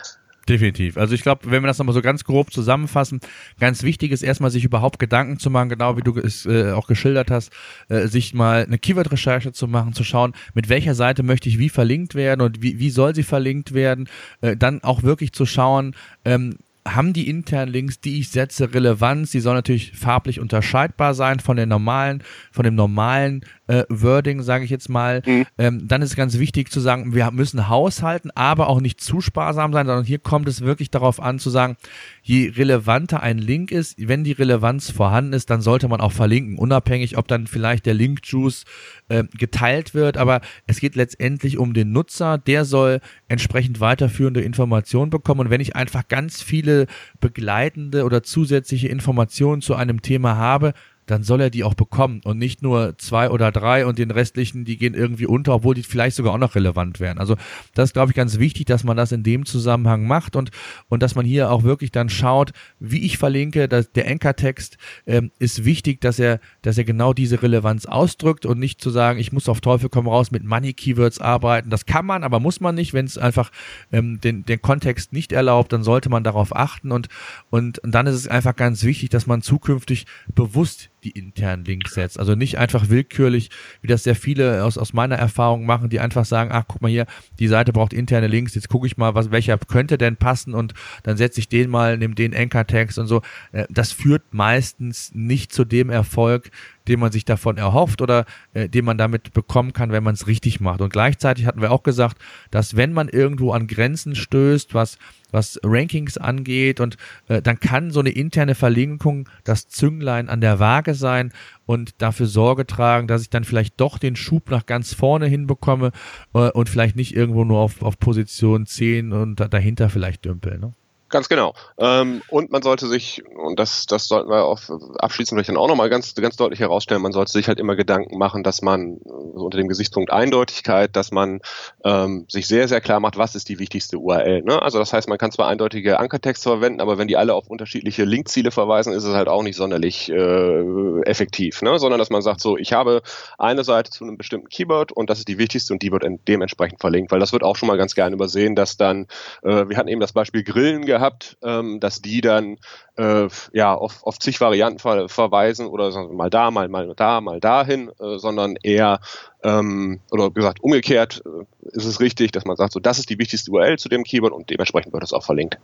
Definitiv. Also ich glaube, wenn wir das nochmal so ganz grob zusammenfassen, ganz wichtig ist erstmal, sich überhaupt Gedanken zu machen, genau wie du es äh, auch geschildert hast, äh, sich mal eine Keyword-Recherche zu machen, zu schauen, mit welcher Seite möchte ich wie verlinkt werden und wie, wie soll sie verlinkt werden, äh, dann auch wirklich zu schauen, ähm, haben die internen Links, die ich setze, Relevanz? Die sollen natürlich farblich unterscheidbar sein von den normalen, von dem normalen äh, Wording, sage ich jetzt mal. Mhm. Ähm, dann ist es ganz wichtig zu sagen, wir müssen haushalten, aber auch nicht zu sparsam sein, sondern hier kommt es wirklich darauf an zu sagen, je relevanter ein Link ist, wenn die Relevanz vorhanden ist, dann sollte man auch verlinken, unabhängig, ob dann vielleicht der Link-Juice äh, geteilt wird, aber es geht letztendlich um den Nutzer, der soll entsprechend weiterführende Informationen bekommen und wenn ich einfach ganz viele begleitende oder zusätzliche Informationen zu einem Thema habe, dann soll er die auch bekommen und nicht nur zwei oder drei und den restlichen, die gehen irgendwie unter, obwohl die vielleicht sogar auch noch relevant wären. Also das ist, glaube ich, ganz wichtig, dass man das in dem Zusammenhang macht und und dass man hier auch wirklich dann schaut, wie ich verlinke, dass der Anchor-Text ähm, ist wichtig, dass er dass er genau diese Relevanz ausdrückt und nicht zu sagen, ich muss auf Teufel komm raus mit Money-Keywords arbeiten. Das kann man, aber muss man nicht. Wenn es einfach ähm, den den Kontext nicht erlaubt, dann sollte man darauf achten und und, und dann ist es einfach ganz wichtig, dass man zukünftig bewusst die internen Links setzt. Also nicht einfach willkürlich, wie das sehr viele aus, aus meiner Erfahrung machen, die einfach sagen, ach, guck mal hier, die Seite braucht interne Links, jetzt gucke ich mal, was welcher könnte denn passen und dann setze ich den mal, nehme den Anchor-Text und so. Das führt meistens nicht zu dem Erfolg, den man sich davon erhofft oder äh, den man damit bekommen kann, wenn man es richtig macht. Und gleichzeitig hatten wir auch gesagt, dass wenn man irgendwo an Grenzen stößt, was was Rankings angeht und äh, dann kann so eine interne Verlinkung das Zünglein an der Waage sein und dafür Sorge tragen, dass ich dann vielleicht doch den Schub nach ganz vorne hinbekomme äh, und vielleicht nicht irgendwo nur auf, auf Position zehn und da, dahinter vielleicht dümpel, ne? Ganz genau. Ähm, und man sollte sich, und das, das sollten wir auf, abschließend vielleicht dann auch nochmal ganz, ganz deutlich herausstellen, man sollte sich halt immer Gedanken machen, dass man so unter dem Gesichtspunkt Eindeutigkeit, dass man ähm, sich sehr, sehr klar macht, was ist die wichtigste U R L. Ne? Also das heißt, man kann zwar eindeutige Ankertexte verwenden, aber wenn die alle auf unterschiedliche Linkziele verweisen, ist es halt auch nicht sonderlich äh, effektiv, ne? Sondern dass man sagt, so, ich habe eine Seite zu einem bestimmten Keyword und das ist die wichtigste und die wird dementsprechend verlinkt, weil das wird auch schon mal ganz gerne übersehen, dass dann, äh, wir hatten eben das Beispiel Grillen gehabt, gehabt, ähm, dass die dann äh, ja auf, auf zig Varianten ver verweisen oder sagen wir mal da, mal mal da, mal dahin, äh, sondern eher ähm, oder gesagt umgekehrt äh, ist es richtig, dass man sagt, so das ist die wichtigste U R L zu dem Keyword und dementsprechend wird es auch verlinkt.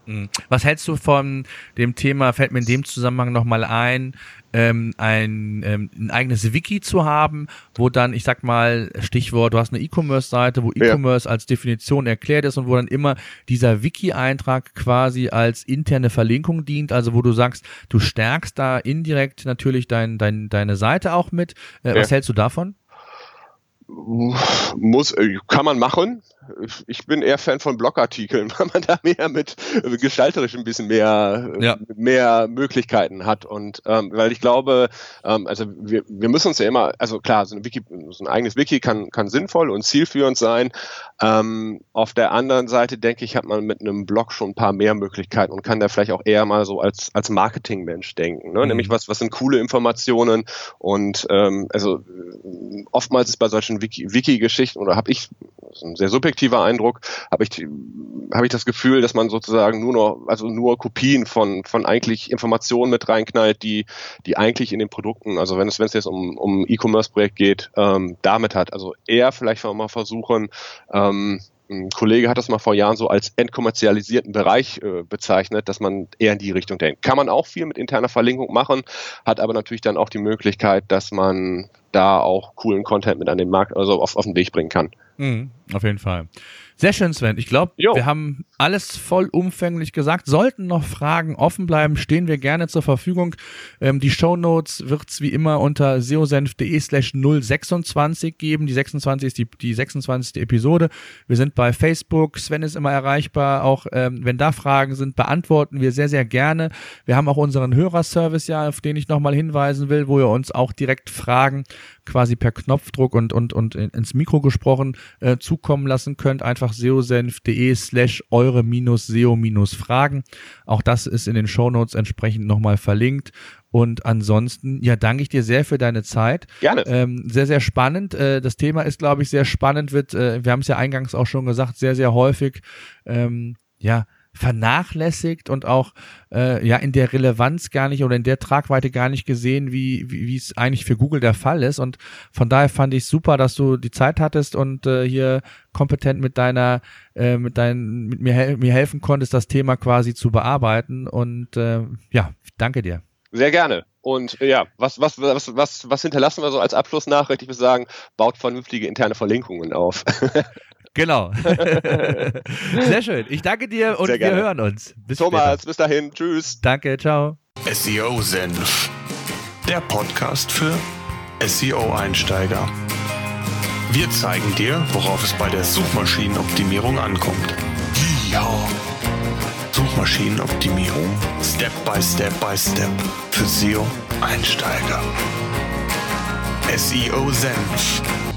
Was hältst du von dem Thema, fällt mir in dem Zusammenhang nochmal ein, ähm, ein, ähm, ein eigenes Wiki zu haben, wo dann, ich sag mal, Stichwort, du hast eine E-Commerce-Seite, wo E-Commerce ja. als Definition erklärt ist und wo dann immer dieser Wiki-Eintrag quasi als interne Verlinkung dient, also wo du sagst, du stärkst da indirekt natürlich dein, dein, deine Seite auch mit. Äh, ja. Was hältst du davon? Muss, kann man machen. Ich bin eher Fan von Blogartikeln, weil man da mehr mit gestalterisch ein bisschen mehr, ja. mehr Möglichkeiten hat. Und ähm, weil ich glaube, ähm, also wir, wir müssen uns ja immer, also klar, so ein Wiki, so ein eigenes Wiki kann, kann sinnvoll und zielführend sein. Ähm, auf der anderen Seite denke ich, hat man mit einem Blog schon ein paar mehr Möglichkeiten und kann da vielleicht auch eher mal so als als Marketingmensch denken. Ne? Mhm. Nämlich was, was sind coole Informationen und ähm, also oftmals ist bei solchen Wiki, Wiki-Geschichten oder habe ich, das ist ein sehr subjektiver Eindruck, habe ich habe ich das Gefühl, dass man sozusagen nur noch, also nur Kopien von von eigentlich Informationen mit reinknallt, die die eigentlich in den Produkten, also wenn es wenn es jetzt um um E-Commerce-Projekt geht, ähm, damit hat. Also eher vielleicht mal versuchen, ähm, ein Kollege hat das mal vor Jahren so als entkommerzialisierten Bereich äh, bezeichnet, dass man eher in die Richtung denkt. Kann man auch viel mit interner Verlinkung machen, hat aber natürlich dann auch die Möglichkeit, dass man da auch coolen Content mit an den Markt, also auf, auf den Weg bringen kann. Mhm, auf jeden Fall. Sehr schön, Sven. Ich glaube, wir haben alles vollumfänglich gesagt. Sollten noch Fragen offen bleiben, stehen wir gerne zur Verfügung. Ähm, die Shownotes wird's wie immer unter seosenf.de slash null sechsundzwanzig geben. Die sechsundzwanzig ist die, die sechsundzwanzigste Episode. Wir sind bei Facebook. Sven ist immer erreichbar. Auch ähm, wenn da Fragen sind, beantworten wir sehr, sehr gerne. Wir haben auch unseren Hörerservice, ja, auf den ich nochmal hinweisen will, wo ihr uns auch direkt Fragen quasi per Knopfdruck und und und ins Mikro gesprochen äh, zukommen lassen könnt. Einfach seosenf.de slash eure minus seo minus Fragen. Auch das ist in den Shownotes entsprechend nochmal verlinkt. Und ansonsten, ja, danke ich dir sehr für deine Zeit. Gerne. Ähm, sehr, sehr spannend. Äh, das Thema ist, glaube ich, sehr spannend. Wird, äh, wir haben es ja eingangs auch schon gesagt, sehr, sehr häufig, ähm, ja, vernachlässigt und auch äh, ja in der Relevanz gar nicht oder in der Tragweite gar nicht gesehen, wie wie wie es eigentlich für Google der Fall ist. Und von daher fand ich super, dass du die Zeit hattest und äh, hier kompetent mit deiner äh, mit deinen mit mir hel- mir helfen konntest, das Thema quasi zu bearbeiten. Und äh, ja, danke dir. Sehr gerne. Und ja, was, was, was, was, was hinterlassen wir so als Abschlussnachricht? Ich würde sagen, baut vernünftige interne Verlinkungen auf. Genau. Sehr schön. Ich danke dir und wir hören uns. Bis Thomas, später. bis dahin. Tschüss. Danke, ciao. S E O-Senf, der Podcast für S E O-Einsteiger. Wir zeigen dir, worauf es bei der Suchmaschinenoptimierung ankommt. Ja. Suchmaschinenoptimierung Step by Step by Step für S E O-Einsteiger. S E O-Senf.